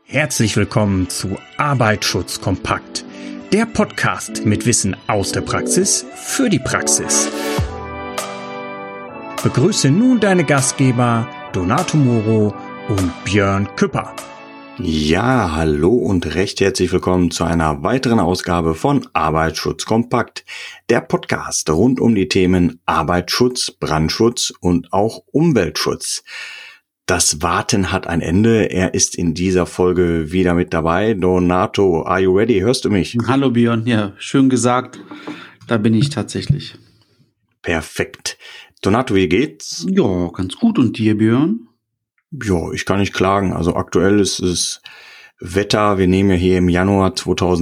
Herzlich willkommen zu Arbeitsschutz kompakt, der Podcast mit Wissen aus der Praxis für die Praxis. Begrüße nun deine Gastgeber Donato Moro und Björn Küpper. Ja, hallo und recht herzlich willkommen zu einer weiteren Ausgabe von Arbeitsschutz kompakt, der Podcast rund um die Themen Arbeitsschutz, Brandschutz und auch Umweltschutz. Das Warten hat ein Ende. Er ist in dieser Folge wieder mit dabei. Donato, are you ready? Hörst du mich? Hallo Björn, ja, schön gesagt. Da bin ich tatsächlich. Perfekt. Donato, wie geht's? Ja, ganz gut. Und dir, Björn? Ja, ich kann nicht klagen. Also aktuell ist es Wetter. Wir nehmen ja hier im Januar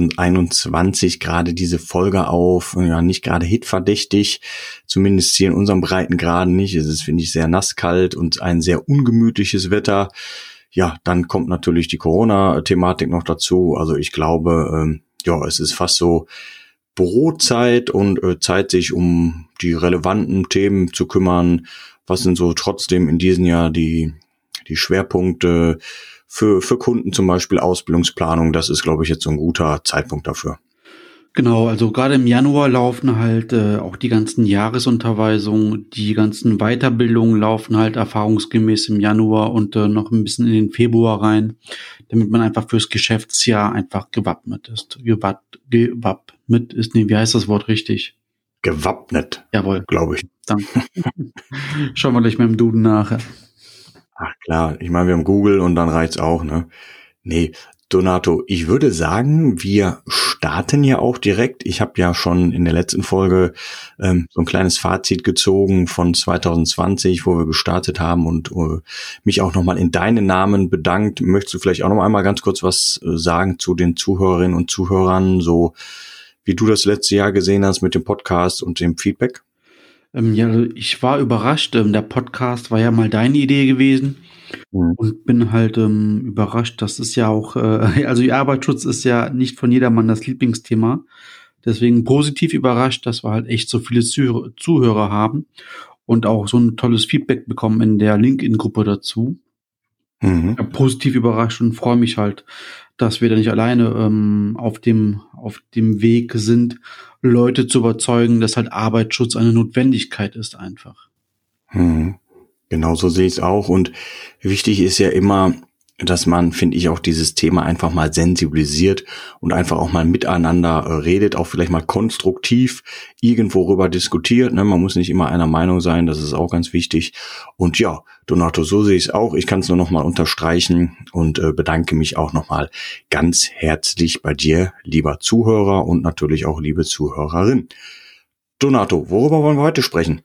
2021 gerade diese Folge auf. Ja, nicht gerade hitverdächtig. Zumindest hier in unserem Breitengraden nicht. Es ist, finde ich, sehr nasskalt und ein sehr ungemütliches Wetter. Ja, dann kommt natürlich die Corona-Thematik noch dazu. Also ich glaube, es ist fast so Bürozeit und Zeit, sich um die relevanten Themen zu kümmern. Was sind so trotzdem in diesem Jahr die Schwerpunkte für Kunden, zum Beispiel Ausbildungsplanung? Das ist, glaube ich, jetzt so ein guter Zeitpunkt dafür. Genau, also gerade im Januar laufen halt auch die ganzen Jahresunterweisungen, die ganzen Weiterbildungen laufen halt erfahrungsgemäß im Januar und noch ein bisschen in den Februar rein, damit man einfach fürs Geschäftsjahr einfach gewappnet ist. Gewappnet ist, wie heißt das Wort richtig? Gewappnet. Jawohl. Glaube ich. Danke. Schauen wir gleich mal im Duden nachher. Ach klar, ich meine, wir haben Google und dann reicht's auch, ne? Nee, Donato, ich würde sagen, wir starten ja auch direkt. Ich habe ja schon in der letzten Folge so ein kleines Fazit gezogen von 2020, wo wir gestartet haben und mich auch nochmal in deinen Namen bedankt. Möchtest du vielleicht auch noch einmal ganz kurz was sagen zu den Zuhörerinnen und Zuhörern, so wie du das letzte Jahr gesehen hast mit dem Podcast und dem Feedback? Ja, ich war überrascht. Der Podcast war ja mal deine Idee gewesen und bin halt überrascht. Das ist ja auch, also Arbeitsschutz ist ja nicht von jedermann das Lieblingsthema. Deswegen positiv überrascht, dass wir halt echt so viele Zuhörer haben und auch so ein tolles Feedback bekommen in der LinkedIn-Gruppe dazu. Ja, positiv überrascht und freue mich halt, dass wir da nicht alleine auf dem Weg sind, Leute zu überzeugen, dass halt Arbeitsschutz eine Notwendigkeit ist einfach. Genau so sehe ich es auch. Und wichtig ist ja immer, dass man, finde ich, auch dieses Thema einfach mal sensibilisiert und einfach auch mal miteinander redet, auch vielleicht mal konstruktiv irgendwo rüber diskutiert. Ne? Man muss nicht immer einer Meinung sein, das ist auch ganz wichtig. Und ja, Donato, so sehe ich es auch. Ich kann es nur noch mal unterstreichen und bedanke mich auch noch mal ganz herzlich bei dir, lieber Zuhörer und natürlich auch liebe Zuhörerin. Donato, worüber wollen wir heute sprechen?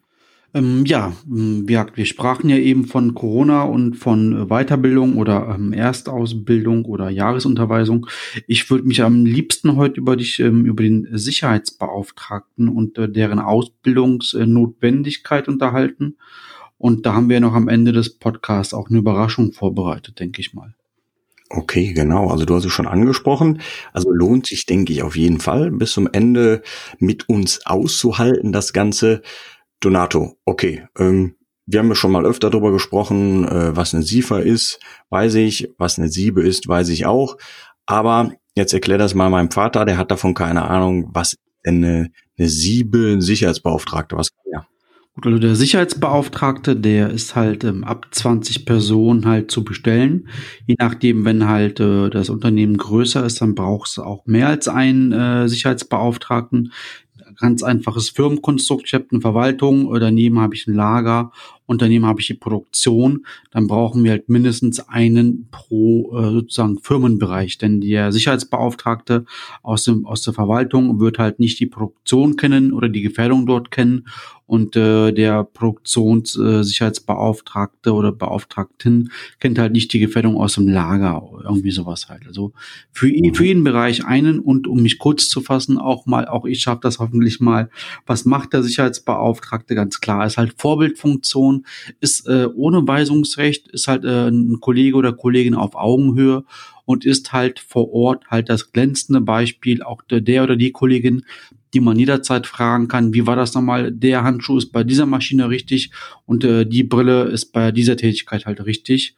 Wir sprachen ja eben von Corona und von Weiterbildung oder Erstausbildung oder Jahresunterweisung. Ich würde mich am liebsten heute über den Sicherheitsbeauftragten und deren Ausbildungsnotwendigkeit unterhalten. Und da haben wir noch am Ende des Podcasts auch eine Überraschung vorbereitet, denke ich mal. Okay, genau. Also du hast es schon angesprochen. Also lohnt sich, denke ich, auf jeden Fall bis zum Ende mit uns auszuhalten, das Ganze. Donato, okay, wir haben ja schon mal öfter darüber gesprochen, was eine SIFA ist, weiß ich, was eine SIBE ist, weiß ich auch, aber jetzt erklär das mal meinem Vater, der hat davon keine Ahnung, was denn eine SIBE, ein Sicherheitsbeauftragter, was kann der? Gut, also der Sicherheitsbeauftragte, der ist halt ab 20 Personen halt zu bestellen. Je nachdem, wenn halt das Unternehmen größer ist, dann braucht es auch mehr als einen Sicherheitsbeauftragten. Ganz einfaches Firmenkonstrukt. Ich habe eine Verwaltung, daneben habe ich ein Lager und daneben habe ich die Produktion. Dann brauchen wir halt mindestens einen pro sozusagen Firmenbereich, denn der Sicherheitsbeauftragte aus der Verwaltung wird halt nicht die Produktion kennen oder die Gefährdung dort kennen und der Produktionssicherheitsbeauftragte oder Beauftragten kennt halt nicht die Gefährdung aus dem Lager, irgendwie sowas halt. Also für jeden Bereich einen. Und um mich kurz zu fassen, auch ich schaffe das hoffentlich mal. Was macht der Sicherheitsbeauftragte? Ganz klar, ist halt Vorbildfunktion, ist ohne Weisungsrecht, ist halt ein Kollege oder Kollegin auf Augenhöhe und ist halt vor Ort halt das glänzende Beispiel, auch der oder die Kollegin, die man jederzeit fragen kann, wie war das nochmal, der Handschuh ist bei dieser Maschine richtig und die Brille ist bei dieser Tätigkeit halt richtig.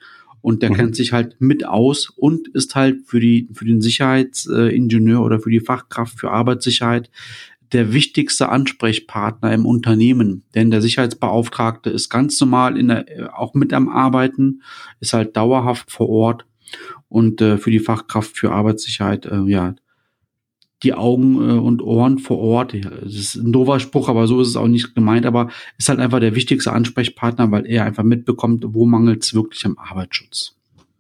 und der kennt sich halt mit aus und ist halt für den Sicherheitsingenieur oder für die Fachkraft für Arbeitssicherheit der wichtigste Ansprechpartner im Unternehmen, denn der Sicherheitsbeauftragte ist ganz normal auch mit am Arbeiten, ist halt dauerhaft vor Ort und für die Fachkraft für Arbeitssicherheit, die Augen und Ohren vor Ort. Ja, das ist ein doofer Spruch, aber so ist es auch nicht gemeint, aber ist halt einfach der wichtigste Ansprechpartner, weil er einfach mitbekommt, wo mangelt es wirklich am Arbeitsschutz.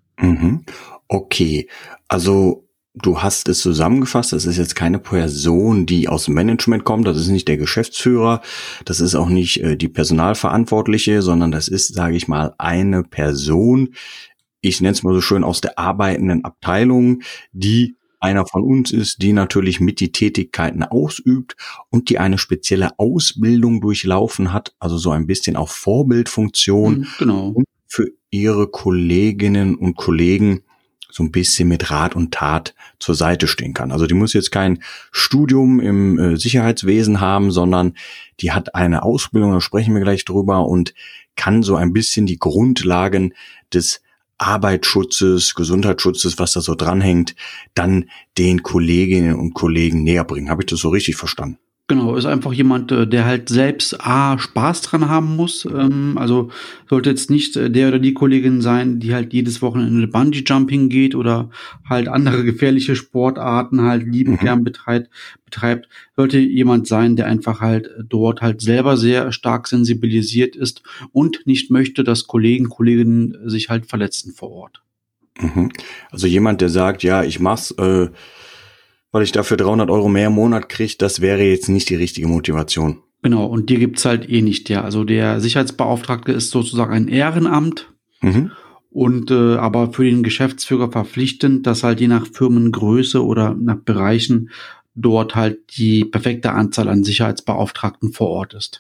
Okay, also du hast es zusammengefasst, das ist jetzt keine Person, die aus dem Management kommt, das ist nicht der Geschäftsführer, das ist auch nicht die Personalverantwortliche, sondern das ist, sage ich mal, eine Person, ich nenne es mal so schön, aus der arbeitenden Abteilung, die einer von uns ist, die natürlich mit die Tätigkeiten ausübt und die eine spezielle Ausbildung durchlaufen hat, also so ein bisschen auch Vorbildfunktion, genau, und für ihre Kolleginnen und Kollegen so ein bisschen mit Rat und Tat zur Seite stehen kann. Also die muss jetzt kein Studium im Sicherheitswesen haben, sondern die hat eine Ausbildung, da sprechen wir gleich drüber, und kann so ein bisschen die Grundlagen des Arbeitsschutzes, Gesundheitsschutzes, was da so dranhängt, dann den Kolleginnen und Kollegen näher bringen. Habe ich das so richtig verstanden? Genau, ist einfach jemand, der halt selbst Spaß dran haben muss. Also sollte jetzt nicht der oder die Kollegin sein, die halt jedes Wochenende Bungee-Jumping geht oder halt andere gefährliche Sportarten halt liebend gern betreibt. Sollte jemand sein, der einfach halt dort halt selber sehr stark sensibilisiert ist und nicht möchte, dass Kolleginnen sich halt verletzen vor Ort. Also jemand, der sagt, ja, ich mach's, weil ich dafür 300 € mehr im Monat kriege, das wäre jetzt nicht die richtige Motivation. Genau, und die gibt's halt nicht, ja. Also der Sicherheitsbeauftragte ist sozusagen ein Ehrenamt und aber für den Geschäftsführer verpflichtend, dass halt je nach Firmengröße oder nach Bereichen dort halt die perfekte Anzahl an Sicherheitsbeauftragten vor Ort ist.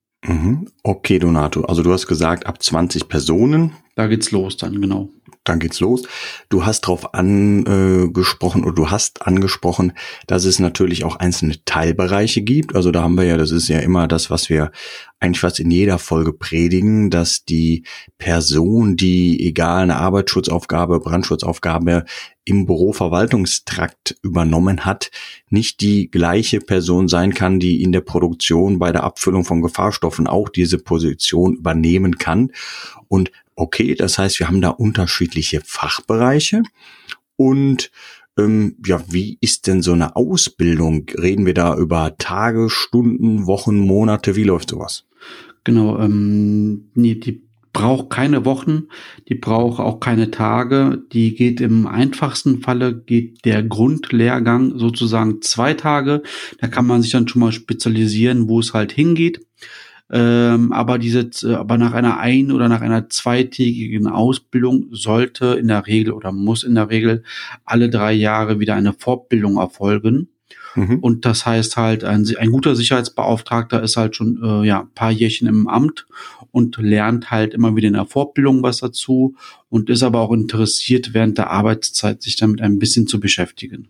Okay, Donato, also du hast gesagt, ab 20 Personen. Da geht's los dann, genau. Dann geht's los. Du hast darauf angesprochen, oder du hast angesprochen, dass es natürlich auch einzelne Teilbereiche gibt. Also da haben wir ja, das ist ja immer das, was wir eigentlich fast in jeder Folge predigen, dass die Person, die egal eine Arbeitsschutzaufgabe, Brandschutzaufgabe im Büroverwaltungstrakt übernommen hat, nicht die gleiche Person sein kann, die in der Produktion bei der Abfüllung von Gefahrstoffen auch diese Position übernehmen kann. Und okay, das heißt, wir haben da unterschiedliche Fachbereiche. Und wie ist denn so eine Ausbildung? Reden wir da über Tage, Stunden, Wochen, Monate? Wie läuft sowas? Genau, die braucht keine Wochen, die braucht auch keine Tage. Die geht im einfachsten Falle, geht der Grundlehrgang sozusagen 2 Tage. Da kann man sich dann schon mal spezialisieren, wo es halt hingeht. Aber nach einer oder nach einer 2-tägigen Ausbildung sollte in der Regel oder muss in der Regel alle 3 Jahre wieder eine Fortbildung erfolgen. Und das heißt halt, ein guter Sicherheitsbeauftragter ist halt schon ein paar Jährchen im Amt und lernt halt immer wieder in der Fortbildung was dazu und ist aber auch interessiert, während der Arbeitszeit sich damit ein bisschen zu beschäftigen.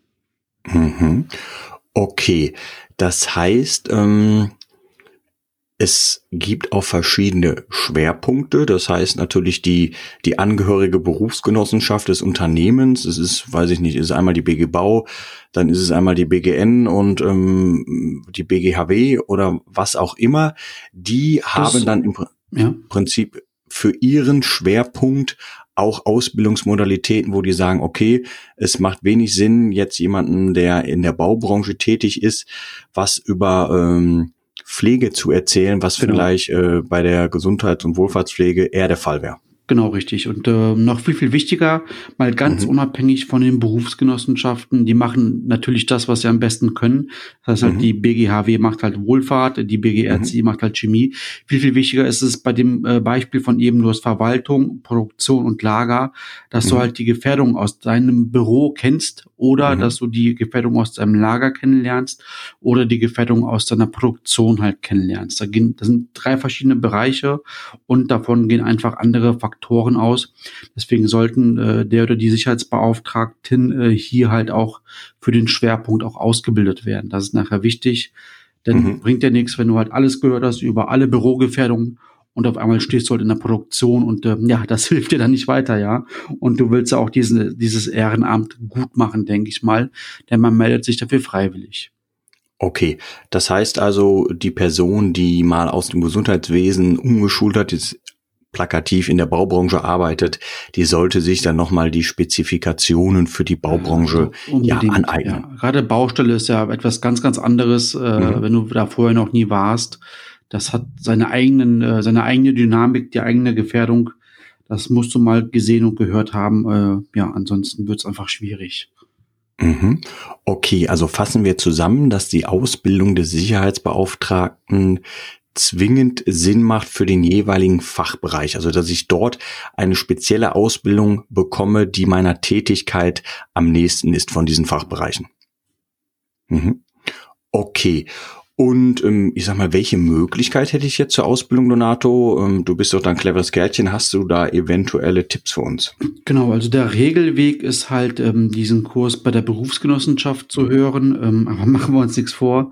Okay, das heißt, es gibt auch verschiedene Schwerpunkte. Das heißt natürlich die angehörige Berufsgenossenschaft des Unternehmens. Es ist, weiß ich nicht, ist einmal die BG Bau, dann ist es einmal die BGN und die BGHW oder was auch immer. Die haben dann im Prinzip für ihren Schwerpunkt auch Ausbildungsmodalitäten, wo die sagen, okay, es macht wenig Sinn, jetzt jemanden, der in der Baubranche tätig ist, was über Pflege zu erzählen, was vielleicht bei der Gesundheits- und Wohlfahrtspflege eher der Fall wäre. Genau, richtig. Und noch viel, viel wichtiger, mal ganz unabhängig von den Berufsgenossenschaften, die machen natürlich das, was sie am besten können. Das heißt halt, die BGHW macht halt Wohlfahrt, die BGRC macht halt Chemie. Viel, viel wichtiger ist es bei dem Beispiel von eben, du hast Verwaltung, Produktion und Lager, dass du halt die Gefährdung aus deinem Büro kennst oder dass du die Gefährdung aus deinem Lager kennenlernst oder die Gefährdung aus deiner Produktion halt kennenlernst. Das sind 3 verschiedene Bereiche und davon gehen einfach andere Faktoren aus. Deswegen sollten der oder die Sicherheitsbeauftragten hier halt auch für den Schwerpunkt auch ausgebildet werden. Das ist nachher wichtig, denn bringt ja nichts, wenn du halt alles gehört hast über alle Bürogefährdungen und auf einmal stehst du halt in der Produktion und das hilft dir dann nicht weiter, ja. Und du willst ja auch dieses Ehrenamt gut machen, denke ich mal, denn man meldet sich dafür freiwillig. Okay, das heißt also, die Person, die mal aus dem Gesundheitswesen umgeschult hat, jetzt plakativ in der Baubranche arbeitet, die sollte sich dann nochmal die Spezifikationen für die Baubranche aneignen. Ja. Gerade Baustelle ist ja etwas ganz, ganz anderes, wenn du da vorher noch nie warst. Das hat seine eigene Dynamik, die eigene Gefährdung. Das musst du mal gesehen und gehört haben. Ansonsten wird es einfach schwierig. Okay, also fassen wir zusammen, dass die Ausbildung des Sicherheitsbeauftragten zwingend Sinn macht für den jeweiligen Fachbereich. Also, dass ich dort eine spezielle Ausbildung bekomme, die meiner Tätigkeit am nächsten ist von diesen Fachbereichen. Okay. Und ich sag mal, welche Möglichkeit hätte ich jetzt zur Ausbildung, Donato? Du bist doch ein cleveres Kerlchen. Hast du da eventuelle Tipps für uns? Genau, also der Regelweg ist halt, diesen Kurs bei der Berufsgenossenschaft zu hören. Aber machen wir uns nichts vor.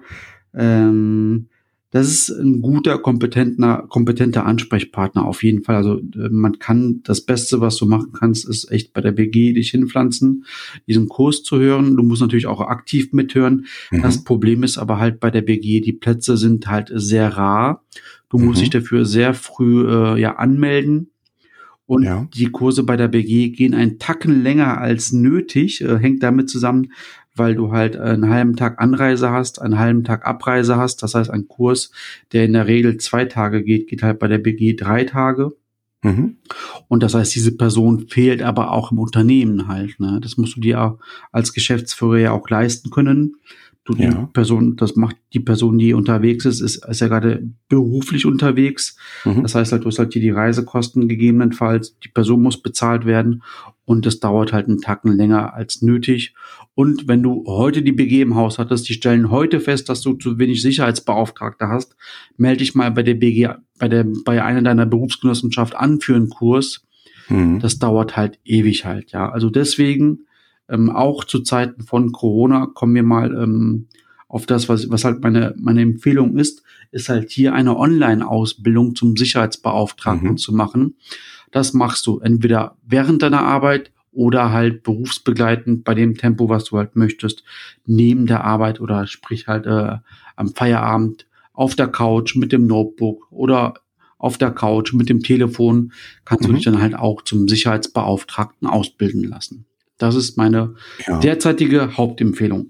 Das ist ein guter, kompetenter Ansprechpartner auf jeden Fall. Also man kann, das Beste, was du machen kannst, ist echt bei der BG dich hinpflanzen, diesen Kurs zu hören. Du musst natürlich auch aktiv mithören. Das Problem ist aber halt bei der BG, die Plätze sind halt sehr rar. Du musst dich dafür sehr früh anmelden. Und die Kurse bei der BG gehen einen Tacken länger als nötig. Hängt damit zusammen, weil du halt einen halben Tag Anreise hast, einen halben Tag Abreise hast. Das heißt, ein Kurs, der in der Regel 2 Tage geht halt bei der BG 3 Tage. Und das heißt, diese Person fehlt aber auch im Unternehmen halt. Ne? Das musst du dir als Geschäftsführer ja auch leisten können. Die Person, die unterwegs ist ja gerade beruflich unterwegs. Das heißt halt, du hast halt hier die Reisekosten gegebenenfalls. Die Person muss bezahlt werden und das dauert halt einen Tacken länger als nötig. Und wenn du heute die BG im Haus hattest, die stellen heute fest, dass du zu wenig Sicherheitsbeauftragte hast, melde dich mal bei der BG, bei einer deiner Berufsgenossenschaft an für einen Kurs. Das dauert halt ewig halt, ja. Also deswegen, auch zu Zeiten von Corona, kommen wir mal auf das, was halt meine Empfehlung ist halt hier eine Online-Ausbildung zum Sicherheitsbeauftragten zu machen. Das machst du entweder während deiner Arbeit oder halt berufsbegleitend bei dem Tempo, was du halt möchtest, neben der Arbeit oder sprich halt am Feierabend auf der Couch mit dem Notebook oder auf der Couch mit dem Telefon kannst du dich dann halt auch zum Sicherheitsbeauftragten ausbilden lassen. Das ist meine derzeitige Hauptempfehlung.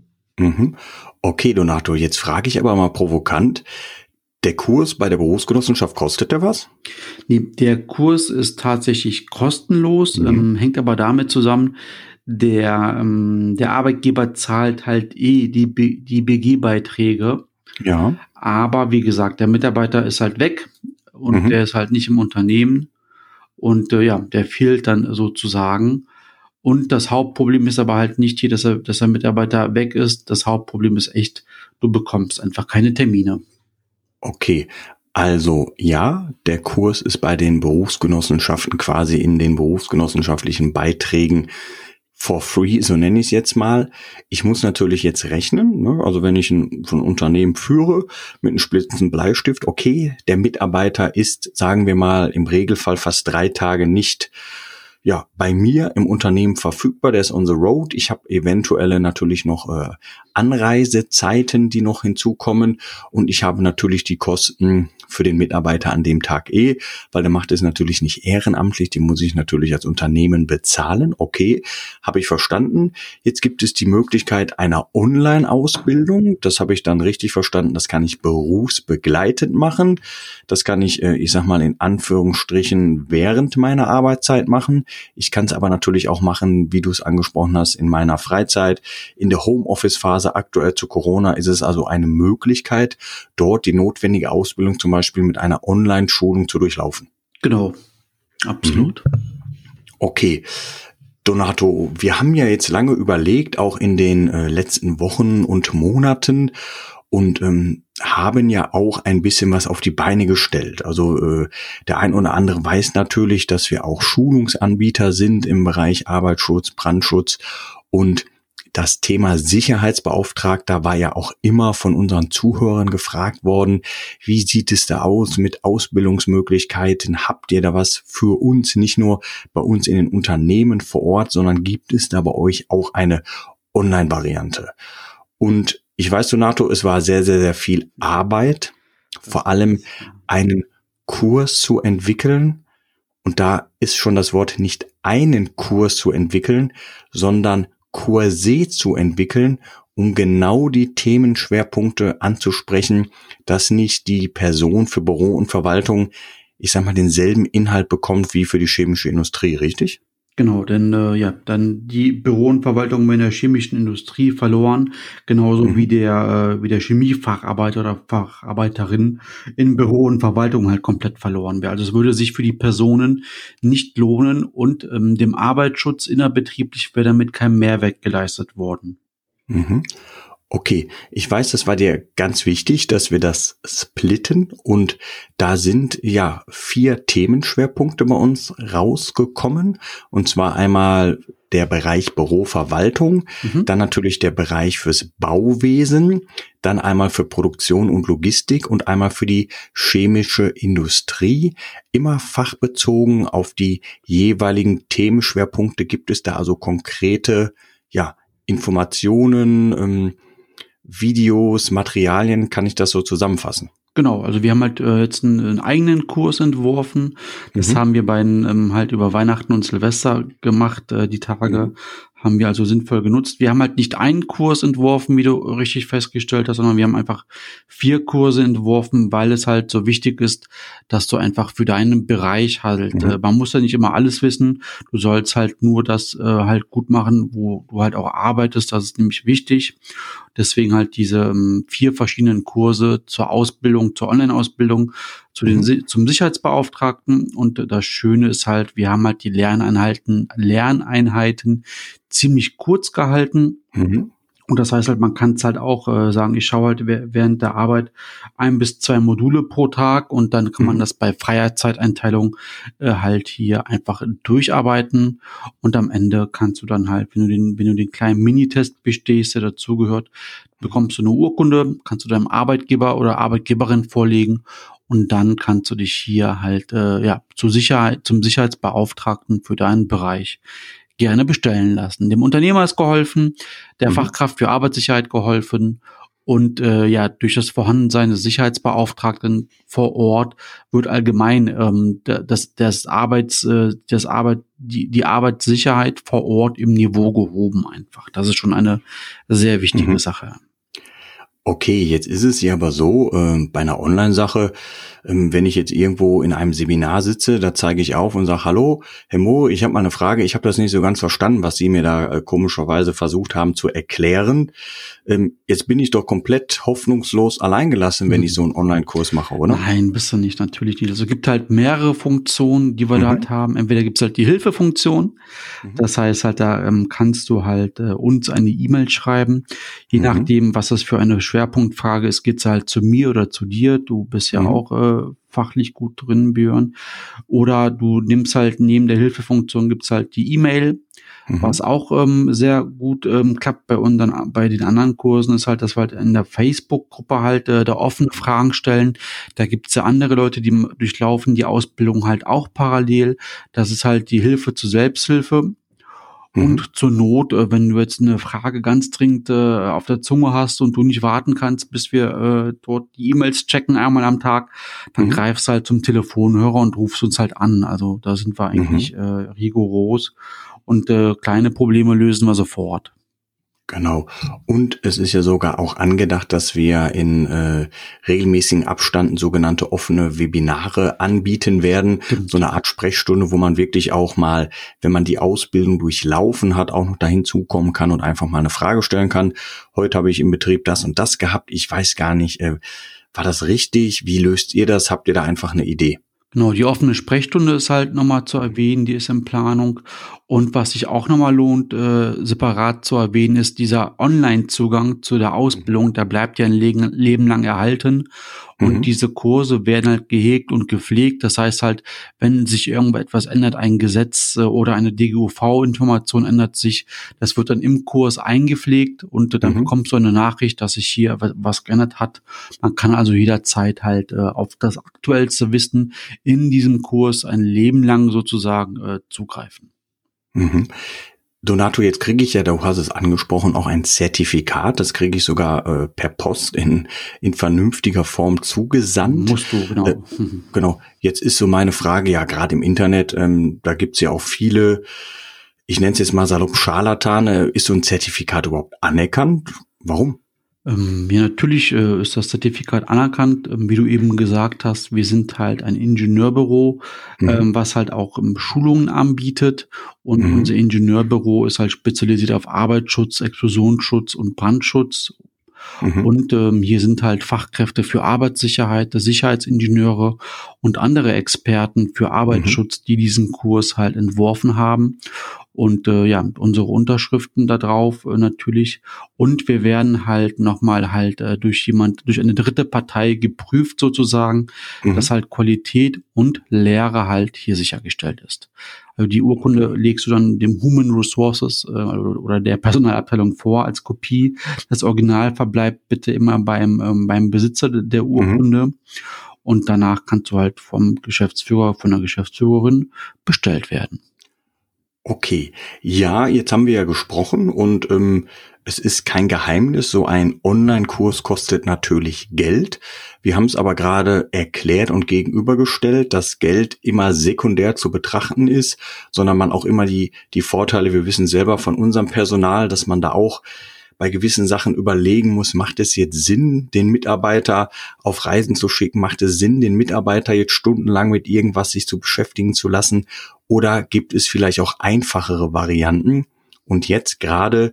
Okay, Donato, jetzt frage ich aber mal provokant, der Kurs bei der Berufsgenossenschaft, kostet der was? Nee, der Kurs ist tatsächlich kostenlos, hängt aber damit zusammen, der Arbeitgeber zahlt halt die BG-Beiträge. Ja. Aber wie gesagt, der Mitarbeiter ist halt weg und der ist halt nicht im Unternehmen und der fehlt dann sozusagen. Und das Hauptproblem ist aber halt nicht hier, dass der Mitarbeiter weg ist. Das Hauptproblem ist echt, du bekommst einfach keine Termine. Okay, also ja, der Kurs ist bei den Berufsgenossenschaften quasi in den berufsgenossenschaftlichen Beiträgen for free, so nenne ich es jetzt mal. Ich muss natürlich jetzt rechnen, ne? Also wenn ich ein Unternehmen führe mit einem splitzenden Bleistift, okay, der Mitarbeiter ist, sagen wir mal, im Regelfall fast 3 Tage nicht bei mir im Unternehmen verfügbar, der ist on the road. Ich habe eventuelle natürlich noch Anreisezeiten, die noch hinzukommen und ich habe natürlich die Kosten für den Mitarbeiter an dem Tag weil der macht es natürlich nicht ehrenamtlich, die muss ich natürlich als Unternehmen bezahlen. Okay, habe ich verstanden. Jetzt gibt es die Möglichkeit einer Online-Ausbildung, das habe ich dann richtig verstanden, das kann ich berufsbegleitend machen, das kann ich sag mal in Anführungsstrichen während meiner Arbeitszeit machen. Ich kann es aber natürlich auch machen, wie du es angesprochen hast, in meiner Freizeit. In der Homeoffice-Phase aktuell zu Corona ist es also eine Möglichkeit, dort die notwendige Ausbildung zum Beispiel mit einer Online-Schulung zu durchlaufen. Genau, absolut. Okay. Donato, wir haben ja jetzt lange überlegt, auch in den letzten Wochen und Monaten und haben ja auch ein bisschen was auf die Beine gestellt. Also der ein oder andere weiß natürlich, dass wir auch Schulungsanbieter sind im Bereich Arbeitsschutz, Brandschutz und das Thema Sicherheitsbeauftragter war ja auch immer von unseren Zuhörern gefragt worden. Wie sieht es da aus mit Ausbildungsmöglichkeiten? Habt ihr da was für uns? Nicht nur bei uns in den Unternehmen vor Ort, sondern gibt es da bei euch auch eine Online-Variante? Und ich weiß, Donato, es war sehr, sehr, sehr viel Arbeit, vor allem einen Kurs zu entwickeln. Und da ist schon das Wort nicht einen Kurs zu entwickeln, sondern Kurse zu entwickeln, um genau die Themenschwerpunkte anzusprechen, dass nicht die Person für Büro und Verwaltung, ich sag mal, denselben Inhalt bekommt wie für die chemische Industrie, richtig? Genau, denn dann die Büro und Verwaltung in der chemischen Industrie verloren, genauso wie der Chemiefacharbeiter oder Facharbeiterin in Büro und Verwaltung halt komplett verloren wäre. Also es würde sich für die Personen nicht lohnen und dem Arbeitsschutz innerbetrieblich wäre damit kein Mehrwert geleistet worden. Mhm. Okay, ich weiß, das war dir ganz wichtig, dass wir das splitten, und da sind ja 4 Themenschwerpunkte bei uns rausgekommen, und zwar einmal der Bereich Büroverwaltung, dann natürlich der Bereich fürs Bauwesen, dann einmal für Produktion und Logistik und einmal für die chemische Industrie. Immer fachbezogen auf die jeweiligen Themenschwerpunkte. Gibt es da also konkrete Informationen, Videos, Materialien, kann ich das so zusammenfassen? Genau, also wir haben halt jetzt einen eigenen Kurs entworfen. Das haben wir halt über Weihnachten und Silvester gemacht. Die Tage haben wir also sinnvoll genutzt. Wir haben halt nicht einen Kurs entworfen, wie du richtig festgestellt hast, sondern wir haben einfach 4 Kurse entworfen, weil es halt so wichtig ist, dass du einfach für deinen Bereich halt, man muss ja nicht immer alles wissen, du sollst halt nur das halt gut machen, wo du halt auch arbeitest, das ist nämlich wichtig. Deswegen halt diese 4 verschiedenen Kurse zur Ausbildung, zur Online-Ausbildung, zum Sicherheitsbeauftragten. Und das Schöne ist halt, wir haben halt die Lerneinheiten ziemlich kurz gehalten. Und das heißt halt, man kann es halt auch sagen, ich schaue halt während der Arbeit 1 bis 2 Module pro Tag, und dann kann man das bei freier Zeiteinteilung halt hier einfach durcharbeiten, und am Ende kannst du dann halt, wenn du den kleinen Minitest bestehst, der dazugehört, bekommst du eine Urkunde, kannst du deinem Arbeitgeber oder Arbeitgeberin vorlegen, und dann kannst du dich hier halt zum Sicherheitsbeauftragten für deinen Bereich gerne bestellen lassen. Dem Unternehmer ist geholfen, der Fachkraft für Arbeitssicherheit geholfen, und durch das Vorhandensein des Sicherheitsbeauftragten vor Ort wird allgemein die Arbeitssicherheit vor Ort im Niveau gehoben einfach. Das ist schon eine sehr wichtige Sache. Okay, jetzt ist es ja aber so, bei einer Online-Sache, wenn ich jetzt irgendwo in einem Seminar sitze, da zeige ich auf und sage, hallo, Herr Mohr, ich habe mal eine Frage, ich habe das nicht so ganz verstanden, was Sie mir da komischerweise versucht haben zu erklären. Jetzt bin ich doch komplett hoffnungslos alleingelassen, wenn ich so einen Online-Kurs mache, oder? Nein, bist du nicht, natürlich nicht. Also es gibt halt mehrere Funktionen, die wir da halt haben. Entweder gibt es halt die Hilfefunktion, das heißt halt, da kannst du halt uns eine E-Mail schreiben, je nachdem, was das für eine Schwerpunktfrage ist, geht's halt zu mir oder zu dir. Du bist ja auch fachlich gut drin, Björn. Oder du nimmst halt neben der Hilfefunktion gibt's halt die E-Mail, was auch sehr gut klappt bei uns. Dann bei den anderen Kursen ist halt, dass wir halt in der Facebook-Gruppe halt da offen Fragen stellen. Da gibt's ja andere Leute, die durchlaufen die Ausbildung halt auch parallel. Das ist halt die Hilfe zur Selbsthilfe. Und zur Not, wenn du jetzt eine Frage ganz dringend auf der Zunge hast und du nicht warten kannst, bis wir dort die E-Mails checken einmal am Tag, dann greifst halt zum Telefonhörer und rufst uns halt an. Also da sind wir eigentlich rigoros, und kleine Probleme lösen wir sofort. Genau. Und es ist ja sogar auch angedacht, dass wir in regelmäßigen Abständen sogenannte offene Webinare anbieten werden. So eine Art Sprechstunde, wo man wirklich auch mal, wenn man die Ausbildung durchlaufen hat, auch noch dahin zukommen kann und einfach mal eine Frage stellen kann. Heute habe ich im Betrieb das und das gehabt. Ich weiß gar nicht, war das richtig? Wie löst ihr das? Habt ihr da einfach eine Idee? Genau, die offene Sprechstunde ist halt nochmal zu erwähnen, die ist in Planung. Und was sich auch nochmal lohnt, separat zu erwähnen, ist dieser Online-Zugang zu der Ausbildung, der bleibt ja ein Leben lang erhalten. Und diese Kurse werden halt gehegt und gepflegt. Das heißt halt, wenn sich irgendetwas ändert, ein Gesetz oder eine DGUV-Information ändert sich, das wird dann im Kurs eingepflegt und dann bekommst du eine Nachricht, dass sich hier was geändert hat. Man kann also jederzeit halt auf das aktuellste Wissen in diesem Kurs ein Leben lang sozusagen zugreifen. Donato, jetzt kriege ich ja, du hast es angesprochen, auch ein Zertifikat. Das kriege ich sogar per Post in vernünftiger Form zugesandt. Musst du, genau. Genau. Jetzt ist so meine Frage, ja, gerade im Internet, da gibt's ja auch viele, ich nenne es jetzt mal salopp Scharlatane. Ist so ein Zertifikat überhaupt anerkannt? Warum? Ja, natürlich ist das Zertifikat anerkannt. Wie du eben gesagt hast, wir sind halt ein Ingenieurbüro, was halt auch Schulungen anbietet. Und unser Ingenieurbüro ist halt spezialisiert auf Arbeitsschutz, Explosionsschutz und Brandschutz. Und hier sind halt Fachkräfte für Arbeitssicherheit, Sicherheitsingenieure und andere Experten für Arbeitsschutz, die diesen Kurs halt entworfen haben. Und unsere Unterschriften da drauf natürlich. Und wir werden halt nochmal halt durch eine dritte Partei geprüft sozusagen, dass halt Qualität und Lehre halt hier sichergestellt ist. Also die Urkunde legst du dann dem Human Resources oder der Personalabteilung vor als Kopie. Das Original verbleibt bitte immer beim Besitzer der Urkunde. Und danach kannst du halt vom Geschäftsführer, von der Geschäftsführerin bestellt werden. Okay, ja, jetzt haben wir ja gesprochen und es ist kein Geheimnis, so ein Online-Kurs kostet natürlich Geld. Wir haben es aber gerade erklärt und gegenübergestellt, dass Geld immer sekundär zu betrachten ist, sondern man auch immer die Vorteile, wir wissen selber von unserem Personal, dass man da auch bei gewissen Sachen überlegen muss, macht es jetzt Sinn, den Mitarbeiter auf Reisen zu schicken? Macht es Sinn, den Mitarbeiter jetzt stundenlang mit irgendwas sich zu beschäftigen zu lassen? Oder gibt es vielleicht auch einfachere Varianten? Und jetzt gerade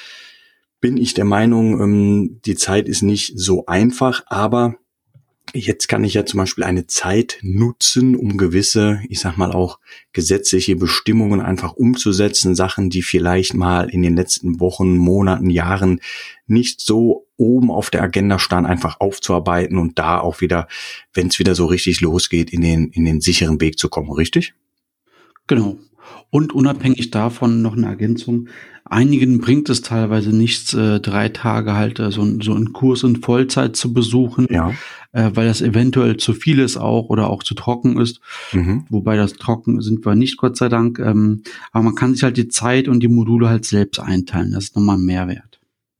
bin ich der Meinung, die Zeit ist nicht so einfach, aber jetzt kann ich ja zum Beispiel eine Zeit nutzen, um gewisse, ich sag mal auch gesetzliche Bestimmungen einfach umzusetzen, Sachen, die vielleicht mal in den letzten Wochen, Monaten, Jahren nicht so oben auf der Agenda standen, einfach aufzuarbeiten und da auch wieder, wenn es wieder so richtig losgeht, in den sicheren Weg zu kommen, richtig? Genau. Und unabhängig davon noch eine Ergänzung. Einigen bringt es teilweise nichts, 3 Tage halt so einen Kurs in Vollzeit zu besuchen, weil das eventuell zu viel ist oder auch zu trocken ist. Wobei das trocken sind wir nicht, Gott sei Dank. Aber man kann sich halt die Zeit und die Module halt selbst einteilen. Das ist nochmal ein Mehrwert.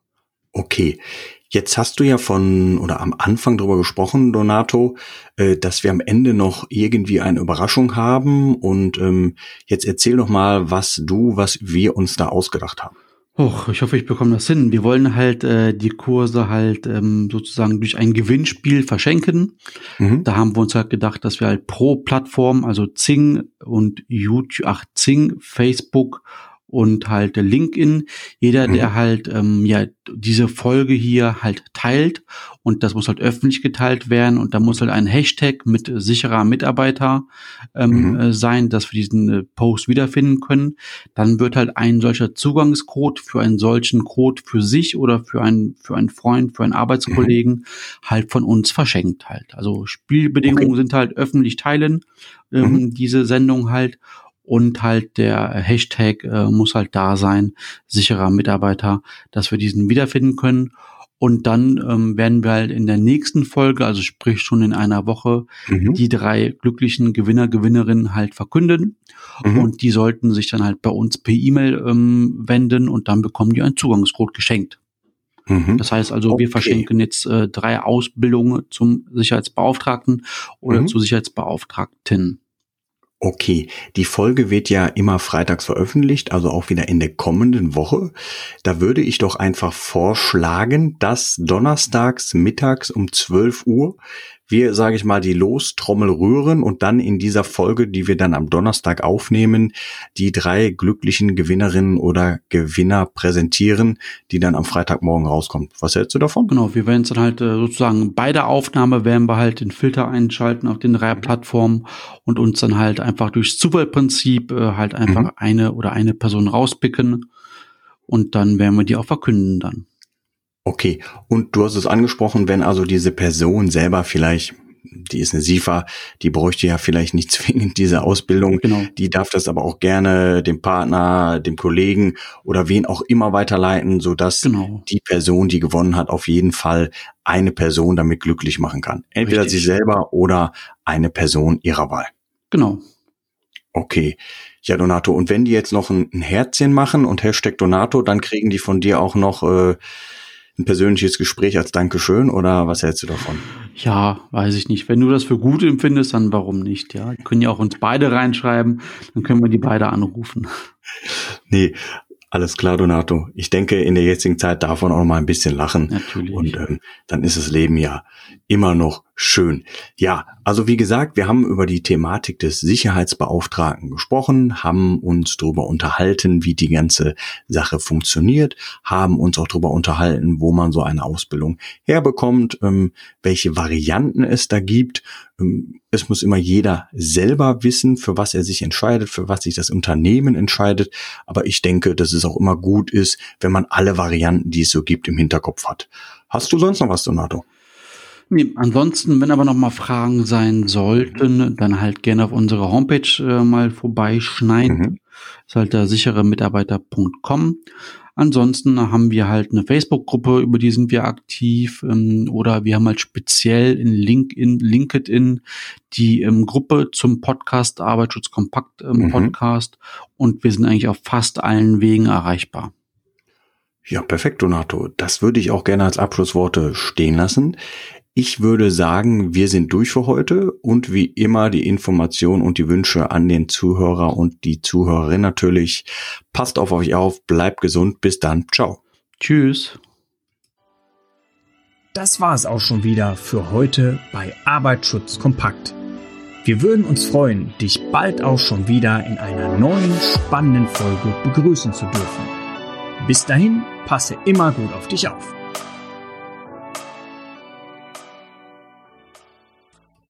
Okay. Jetzt hast du ja am Anfang drüber gesprochen, Donato, dass wir am Ende noch irgendwie eine Überraschung haben und jetzt erzähl doch mal, was wir uns da ausgedacht haben. Ich hoffe, ich bekomme das hin. Wir wollen halt die Kurse halt sozusagen durch ein Gewinnspiel verschenken. Da haben wir uns halt gedacht, dass wir halt pro Plattform, also Xing und YouTube, Xing, Facebook und halt LinkedIn, jeder, der halt diese Folge hier halt teilt, und das muss halt öffentlich geteilt werden, und da muss halt ein Hashtag mit sicherer Mitarbeiter sein, dass wir diesen Post wiederfinden können. Dann wird halt ein solcher Zugangscode für einen solchen Code für sich oder für einen Freund, für einen Arbeitskollegen halt von uns verschenkt halt. Also Spielbedingungen sind halt öffentlich teilen, diese Sendung halt. Und halt der Hashtag muss halt da sein, sicherer Mitarbeiter, dass wir diesen wiederfinden können. Und dann werden wir halt in der nächsten Folge, also sprich schon in einer Woche, die 3 glücklichen Gewinnerinnen halt verkünden. Und die sollten sich dann halt bei uns per E-Mail wenden, und dann bekommen die einen Zugangscode geschenkt. Das heißt also, wir verschenken jetzt 3 Ausbildungen zum Sicherheitsbeauftragten oder zur Sicherheitsbeauftragten. Okay, die Folge wird ja immer freitags veröffentlicht, also auch wieder in der kommenden Woche. Da würde ich doch einfach vorschlagen, dass donnerstags mittags um 12 Uhr wir, sage ich mal, die Lostrommel rühren und dann in dieser Folge, die wir dann am Donnerstag aufnehmen, die 3 glücklichen Gewinnerinnen oder Gewinner präsentieren, die dann am Freitagmorgen rauskommen. Was hältst du davon? Genau, wir werden es dann halt sozusagen bei der Aufnahme werden wir halt den Filter einschalten auf den 3 Plattformen und uns dann halt einfach durchs Zufallprinzip halt einfach eine Person rauspicken und dann werden wir die auch verkünden dann. Okay, und du hast es angesprochen, wenn also diese Person selber vielleicht, die ist eine SIFA, die bräuchte ja vielleicht nicht zwingend diese Ausbildung, genau. Die darf das aber auch gerne dem Partner, dem Kollegen oder wen auch immer weiterleiten, sodass die Person, die gewonnen hat, auf jeden Fall eine Person damit glücklich machen kann. Entweder Richtig. sich selber oder eine Person ihrer Wahl. Genau. Okay. Ja, Donato, und wenn die jetzt noch ein Herzchen machen und Hashtag Donato, dann kriegen die von dir auch noch ein persönliches Gespräch als Dankeschön, oder was hältst du davon? Ja, weiß ich nicht. Wenn du das für gut empfindest, dann warum nicht? Ja, die können ja auch uns beide reinschreiben, dann können wir die beide anrufen. Nee, alles klar, Donato. Ich denke, in der jetzigen Zeit darf man auch noch mal ein bisschen lachen. Natürlich. Und dann ist das Leben ja immer noch schön. Ja, also wie gesagt, wir haben über die Thematik des Sicherheitsbeauftragten gesprochen, haben uns darüber unterhalten, wie die ganze Sache funktioniert, haben uns auch darüber unterhalten, wo man so eine Ausbildung herbekommt, welche Varianten es da gibt. Es muss immer jeder selber wissen, für was er sich entscheidet, für was sich das Unternehmen entscheidet. Aber ich denke, dass es auch immer gut ist, wenn man alle Varianten, die es so gibt, im Hinterkopf hat. Hast du sonst noch was, Donato? Nee, ansonsten, wenn aber noch mal Fragen sein sollten, dann halt gerne auf unsere Homepage mal vorbeischneiden. Ist halt der sicheremitarbeiter.com. Ansonsten haben wir halt eine Facebook-Gruppe, über die sind wir aktiv, oder wir haben halt speziell in LinkedIn die Gruppe zum Podcast Arbeitsschutz Kompakt Podcast, und wir sind eigentlich auf fast allen Wegen erreichbar. Ja, perfekt, Donato. Das würde ich auch gerne als Abschlussworte stehen lassen. Ich würde sagen, wir sind durch für heute, und wie immer die Information und die Wünsche an den Zuhörer und die Zuhörerin natürlich. Passt auf euch auf, bleibt gesund, bis dann, ciao. Tschüss. Das war es auch schon wieder für heute bei Arbeitsschutz Kompakt. Wir würden uns freuen, dich bald auch schon wieder in einer neuen spannenden Folge begrüßen zu dürfen. Bis dahin, passe immer gut auf dich auf.